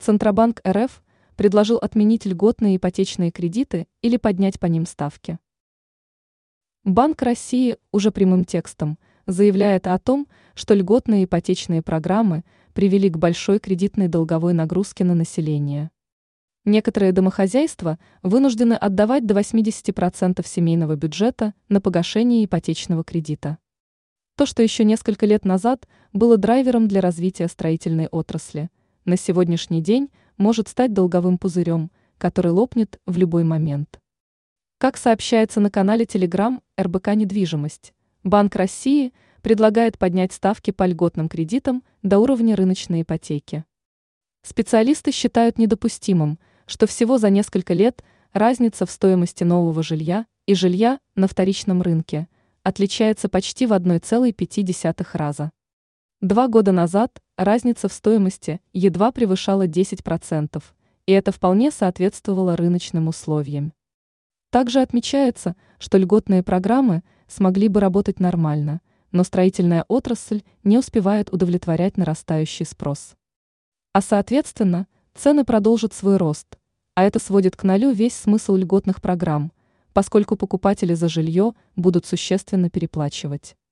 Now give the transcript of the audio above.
Центробанк РФ предложил отменить льготные ипотечные кредиты или поднять по ним ставки. Банк России уже прямым текстом заявляет о том, что льготные ипотечные программы привели к большой кредитной долговой нагрузке на население. Некоторые домохозяйства вынуждены отдавать до 80% семейного бюджета на погашение ипотечного кредита. То, что еще несколько лет назад было драйвером для развития строительной отрасли, на сегодняшний день может стать долговым пузырем, который лопнет в любой момент. Как сообщается на канале Telegram РБК «Недвижимость», Банк России предлагает поднять ставки по льготным кредитам до уровня рыночной ипотеки. Специалисты считают недопустимым, что всего за несколько лет разница в стоимости нового жилья и жилья на вторичном рынке отличается почти в 1,5 раза. 2 года назад разница в стоимости едва превышала 10%, и это вполне соответствовало рыночным условиям. Также отмечается, что льготные программы смогли бы работать нормально, но строительная отрасль не успевает удовлетворять нарастающий спрос. А соответственно, цены продолжат свой рост, а это сводит к нулю весь смысл льготных программ, поскольку покупатели за жилье будут существенно переплачивать.